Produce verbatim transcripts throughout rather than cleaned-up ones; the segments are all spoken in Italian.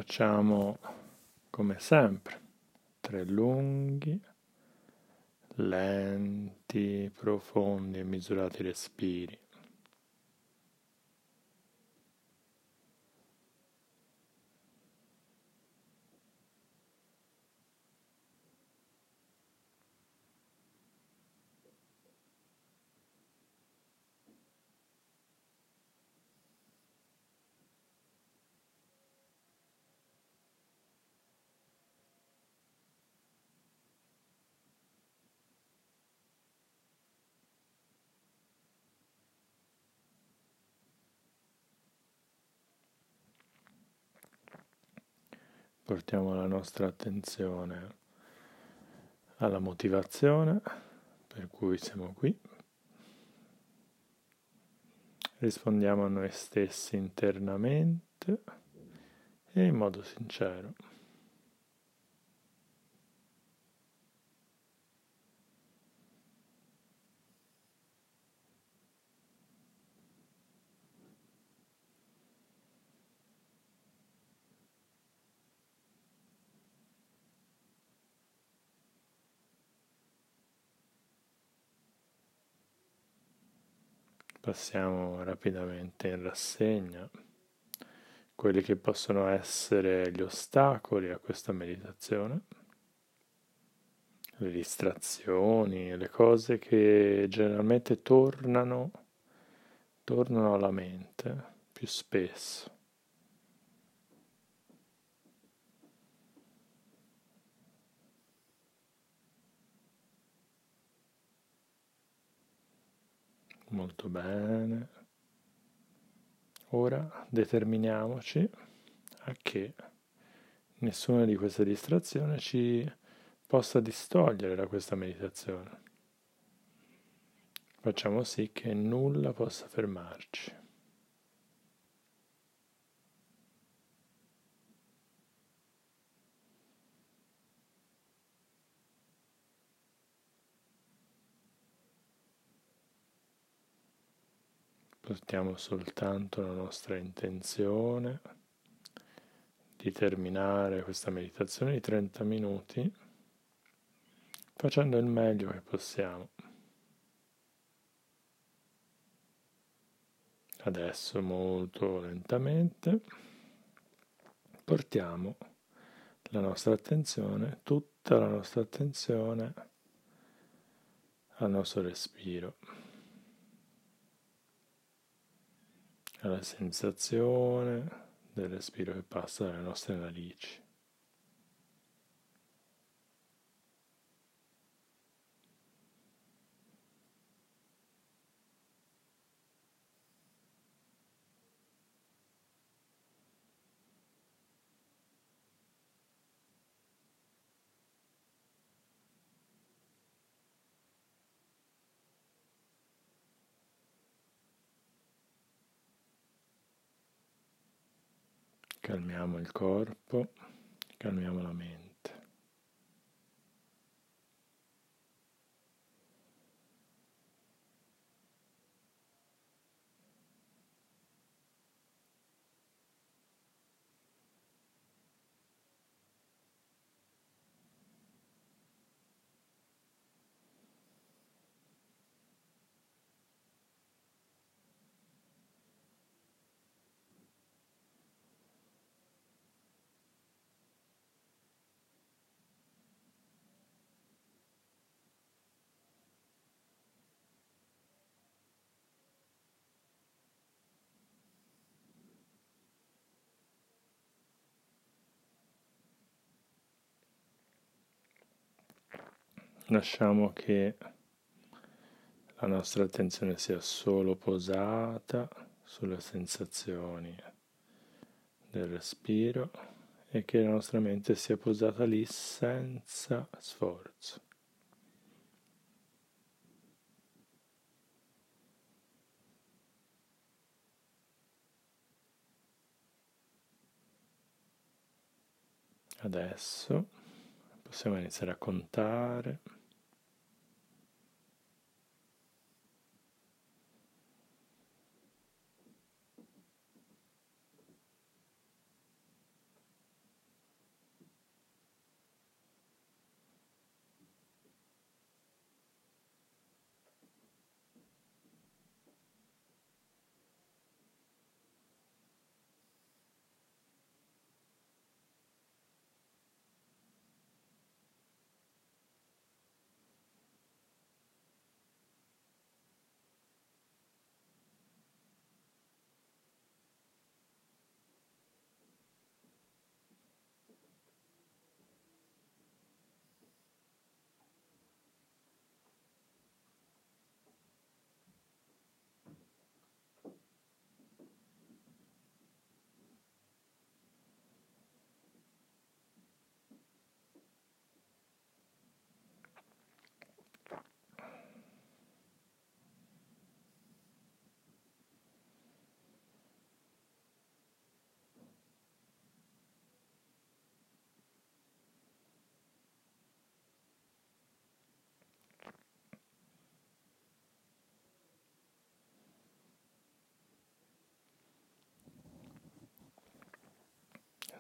Facciamo come sempre, tre lunghi, lenti, profondi e misurati respiri. Portiamo la nostra attenzione alla motivazione per cui siamo qui. Rispondiamo a noi stessi internamente e in modo sincero. Passiamo rapidamente in rassegna quelli che possono essere gli ostacoli a questa meditazione, le distrazioni, le cose che generalmente tornano, tornano alla mente più spesso. Molto bene. Ora determiniamoci a che nessuna di queste distrazioni ci possa distogliere da questa meditazione. Facciamo sì che nulla possa fermarci. Portiamo soltanto la nostra intenzione di terminare questa meditazione di trenta minuti facendo il meglio che possiamo. Adesso molto lentamente portiamo la nostra attenzione, tutta la nostra attenzione al nostro respiro, alla sensazione del respiro che passa dalle nostre narici. Calmiamo il corpo, calmiamo la mente. Lasciamo che la nostra attenzione sia solo posata sulle sensazioni del respiro e che la nostra mente sia posata lì senza sforzo. Adesso possiamo iniziare a contare.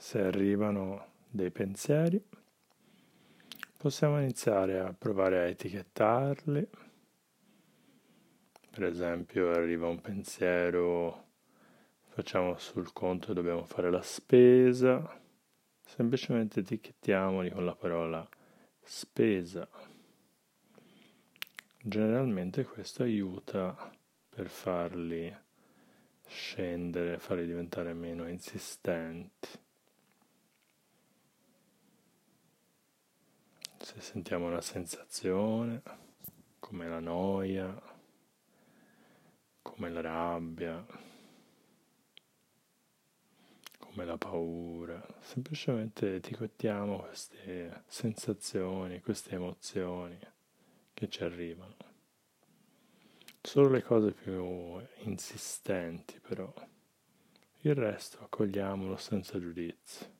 se arrivano dei pensieri, possiamo iniziare a provare a etichettarli. Per esempio, arriva un pensiero, facciamo sul conto e dobbiamo fare la spesa, semplicemente etichettiamoli con la parola spesa. Generalmente questo aiuta per farli scendere, farli diventare meno insistenti. Se sentiamo una sensazione, come la noia, come la rabbia, come la paura, semplicemente etichettiamo queste sensazioni, queste emozioni che ci arrivano. Solo le cose più insistenti, però. Il resto accogliamolo senza giudizio.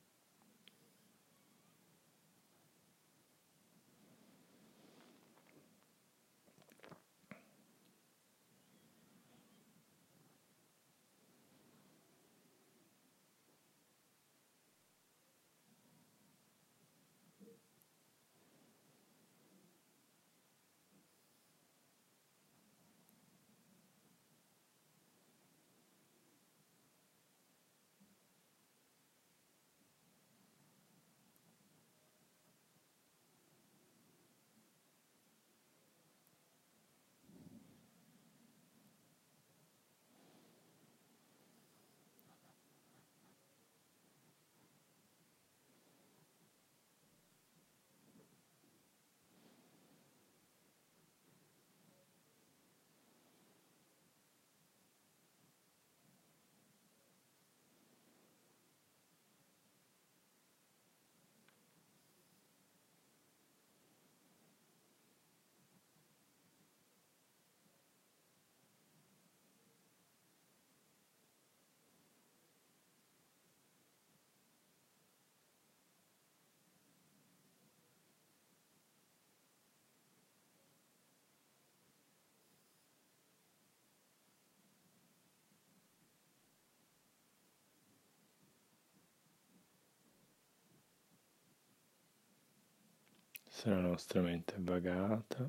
Se la nostra mente è vagata,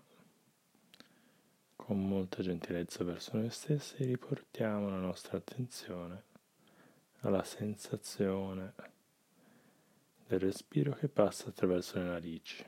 con molta gentilezza verso noi stessi, riportiamo la nostra attenzione alla sensazione del respiro che passa attraverso le narici.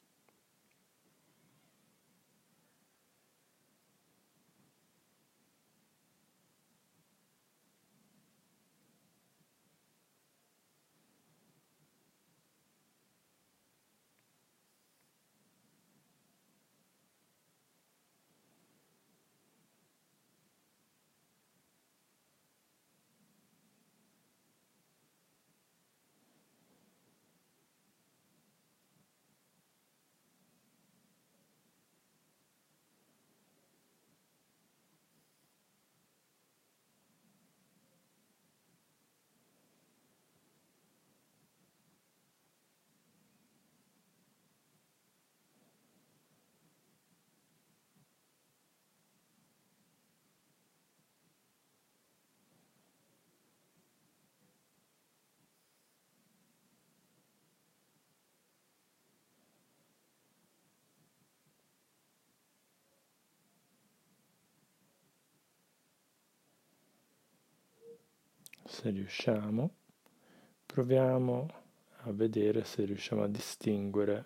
Se riusciamo, proviamo a vedere se riusciamo a distinguere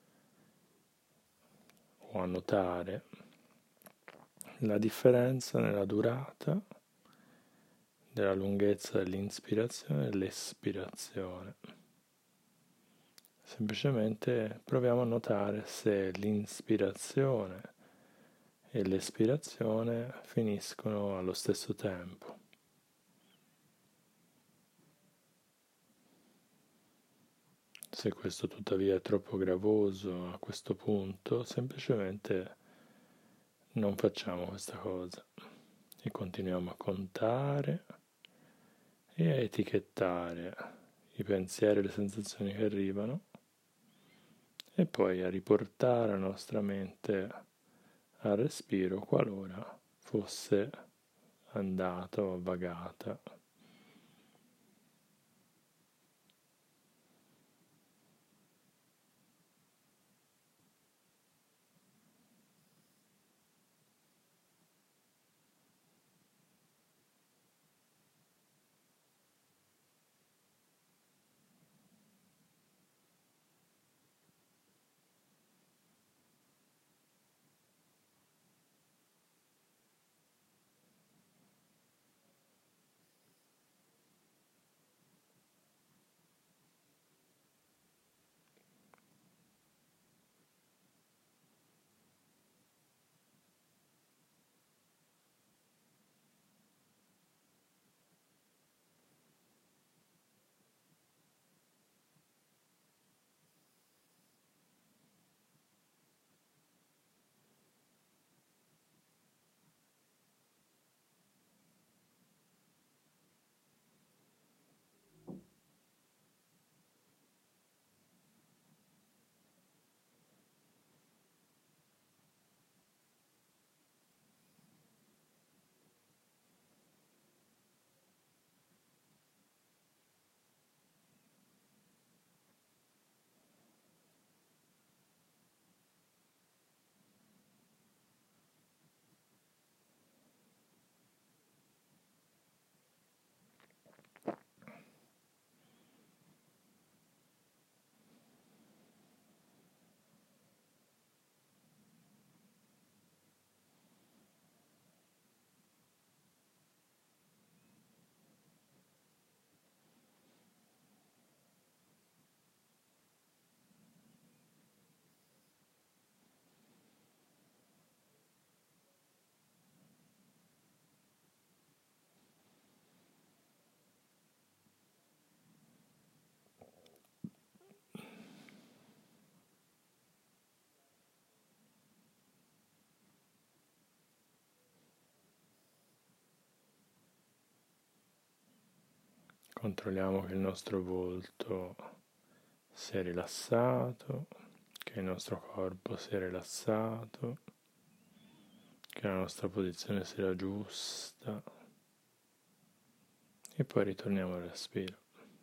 o a notare la differenza nella durata della lunghezza dell'inspirazione e dell'espirazione. Semplicemente proviamo a notare se l'inspirazione e l'espirazione finiscono allo stesso tempo. Se questo tuttavia è troppo gravoso a questo punto, semplicemente non facciamo questa cosa e continuiamo a contare e a etichettare i pensieri e le sensazioni che arrivano e poi a riportare la nostra mente al respiro qualora fosse andata o vagata. Controlliamo che il nostro volto sia rilassato, che il nostro corpo sia rilassato, che la nostra posizione sia giusta e poi ritorniamo al respiro.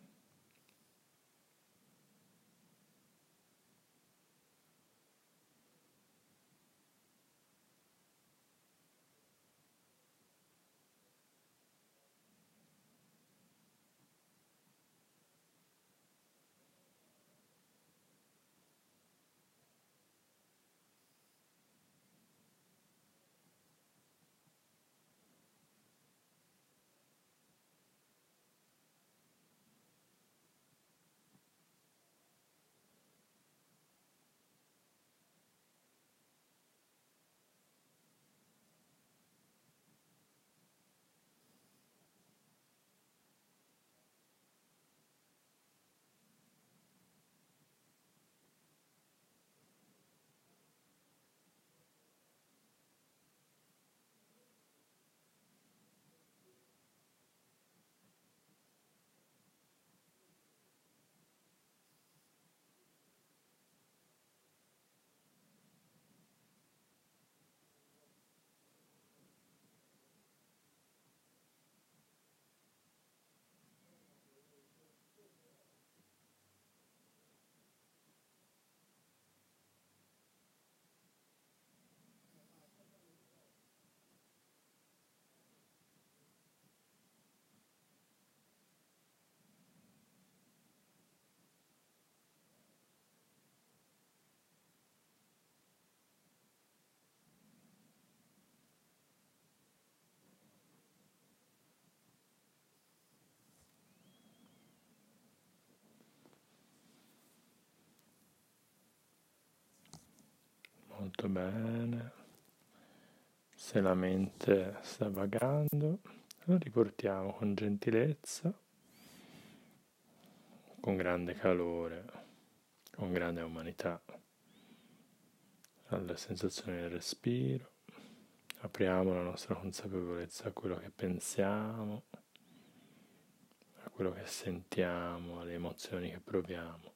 Molto bene. Se la mente sta vagando, lo riportiamo con gentilezza, con grande calore, con grande umanità alle sensazioni del respiro. Apriamo la nostra consapevolezza a quello che pensiamo, a quello che sentiamo, alle emozioni che proviamo.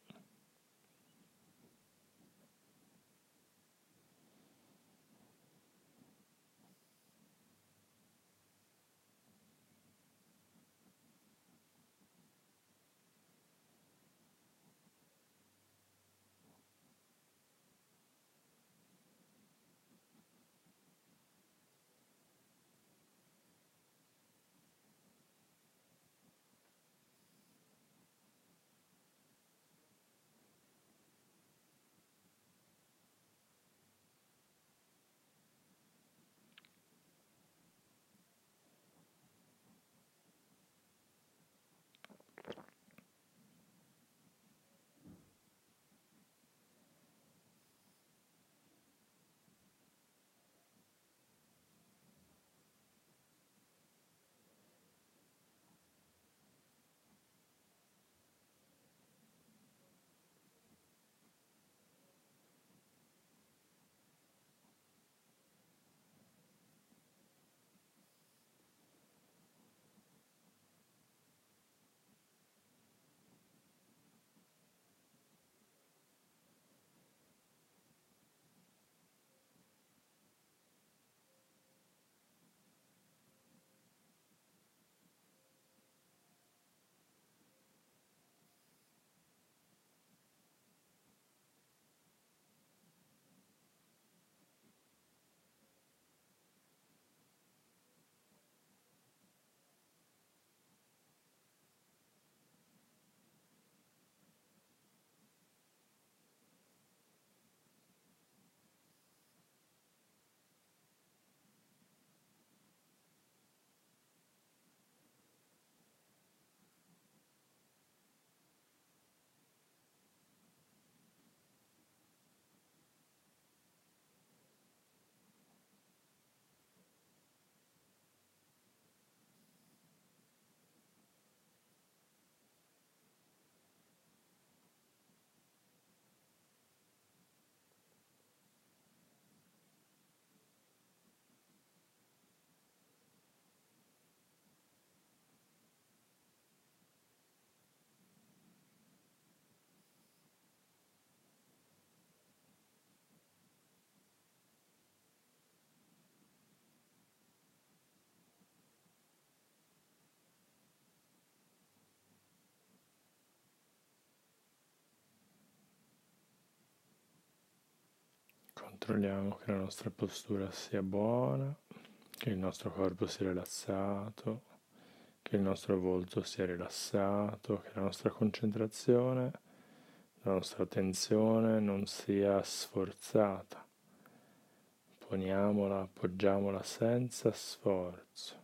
controlliamo che la nostra postura sia buona, che il nostro corpo sia rilassato, che il nostro volto sia rilassato, che la nostra concentrazione, la nostra attenzione non sia sforzata. Poniamola, appoggiamola senza sforzo.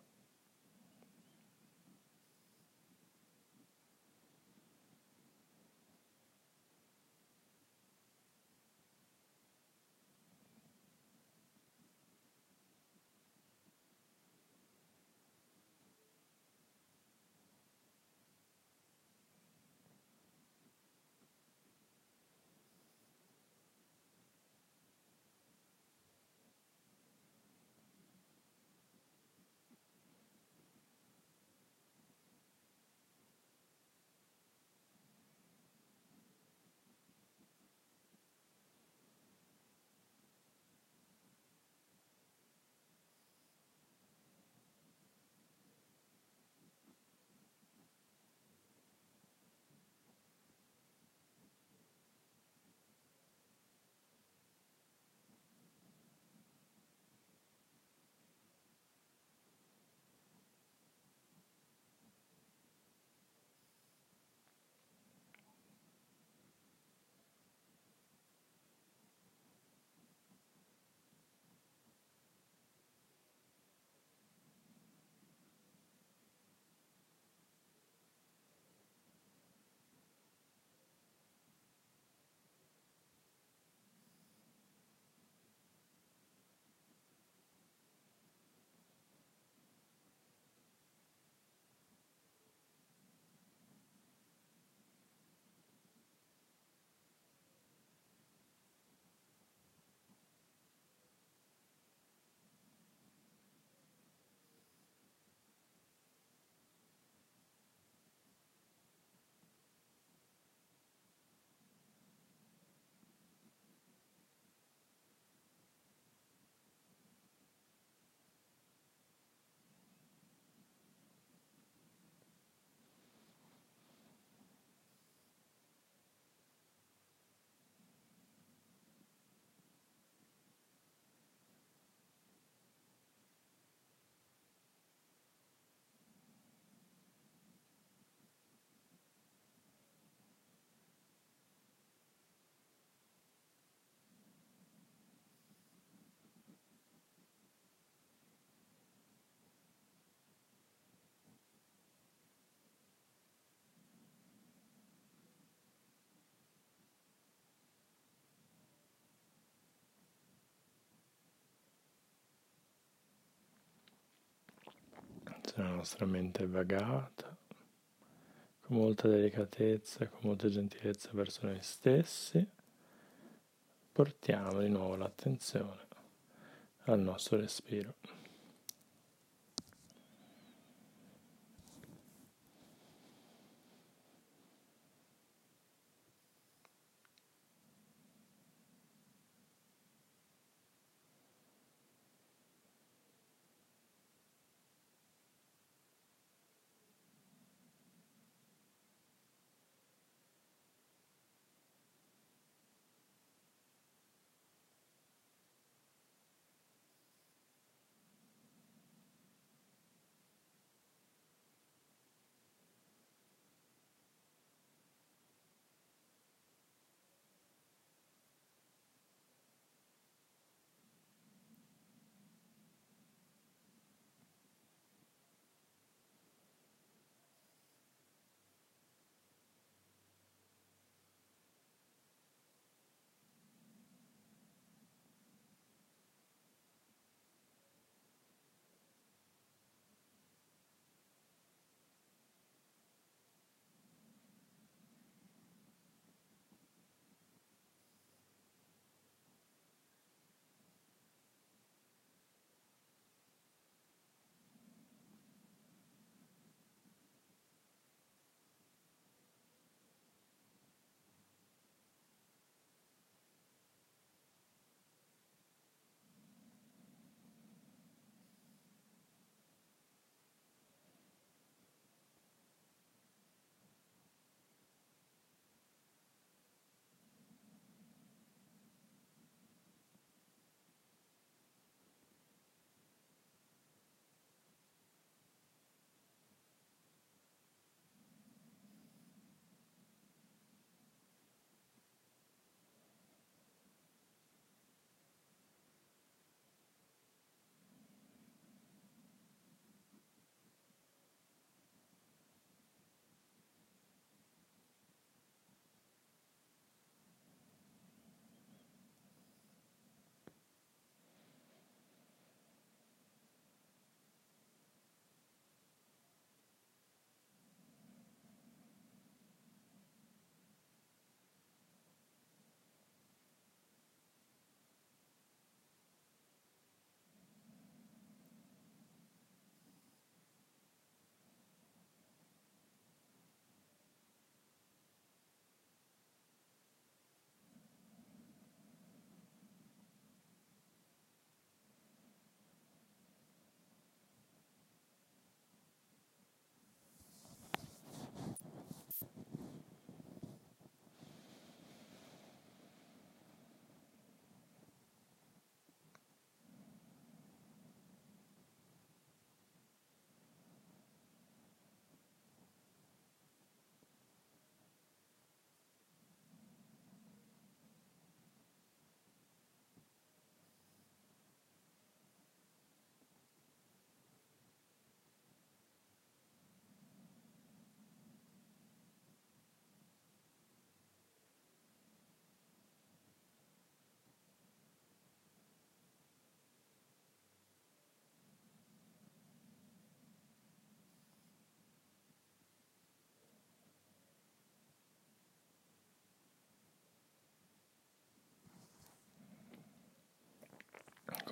Se la nostra mente è vagata, con molta delicatezza e con molta gentilezza verso noi stessi, portiamo di nuovo l'attenzione al nostro respiro.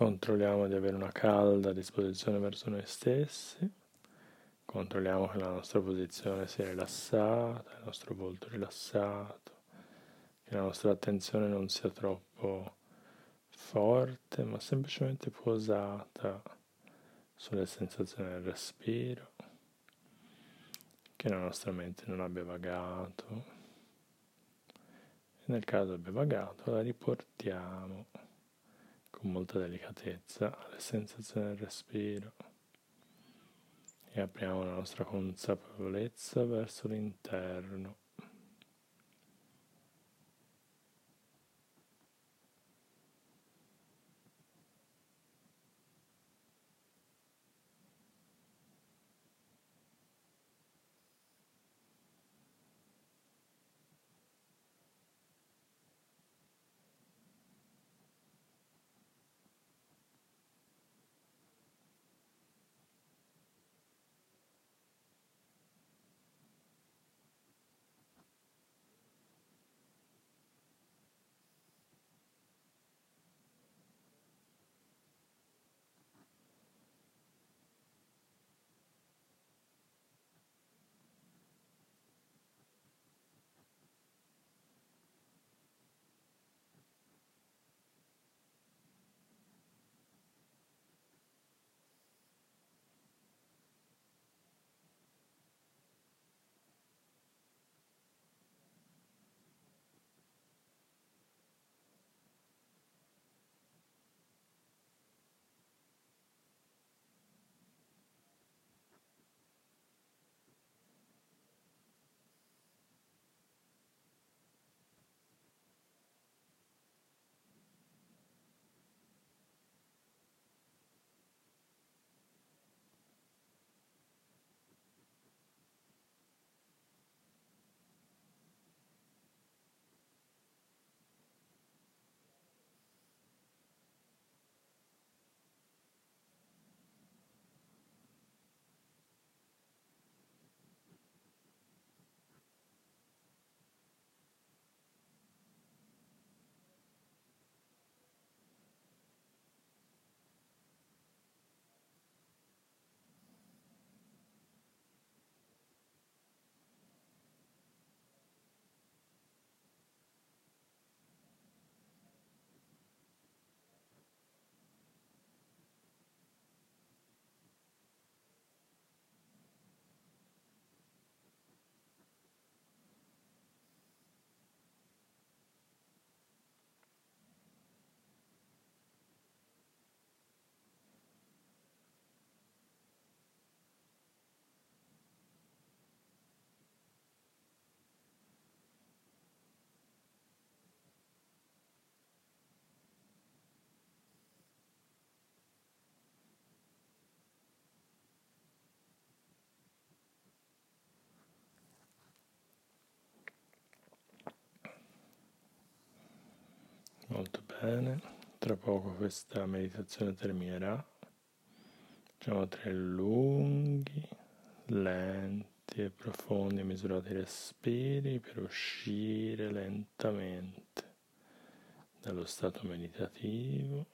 controlliamo di avere una calda disposizione verso noi stessi, controlliamo che la nostra posizione sia rilassata, il nostro volto rilassato, che la nostra attenzione non sia troppo forte, ma semplicemente posata sulle sensazioni del respiro, che la nostra mente non abbia vagato, e nel caso abbia vagato la riportiamo con molta delicatezza alle sensazioni del respiro e apriamo la nostra consapevolezza verso l'interno. Molto bene, tra poco questa meditazione terminerà. Facciamo tre lunghi, lenti e profondi misurati respiri per uscire lentamente dallo stato meditativo.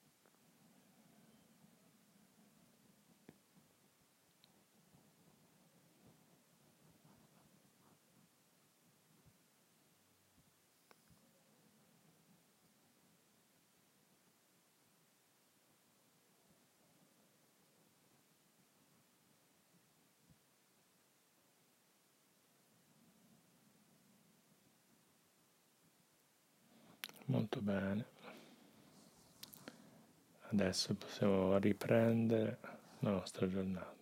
Molto bene. Adesso possiamo riprendere la nostra giornata.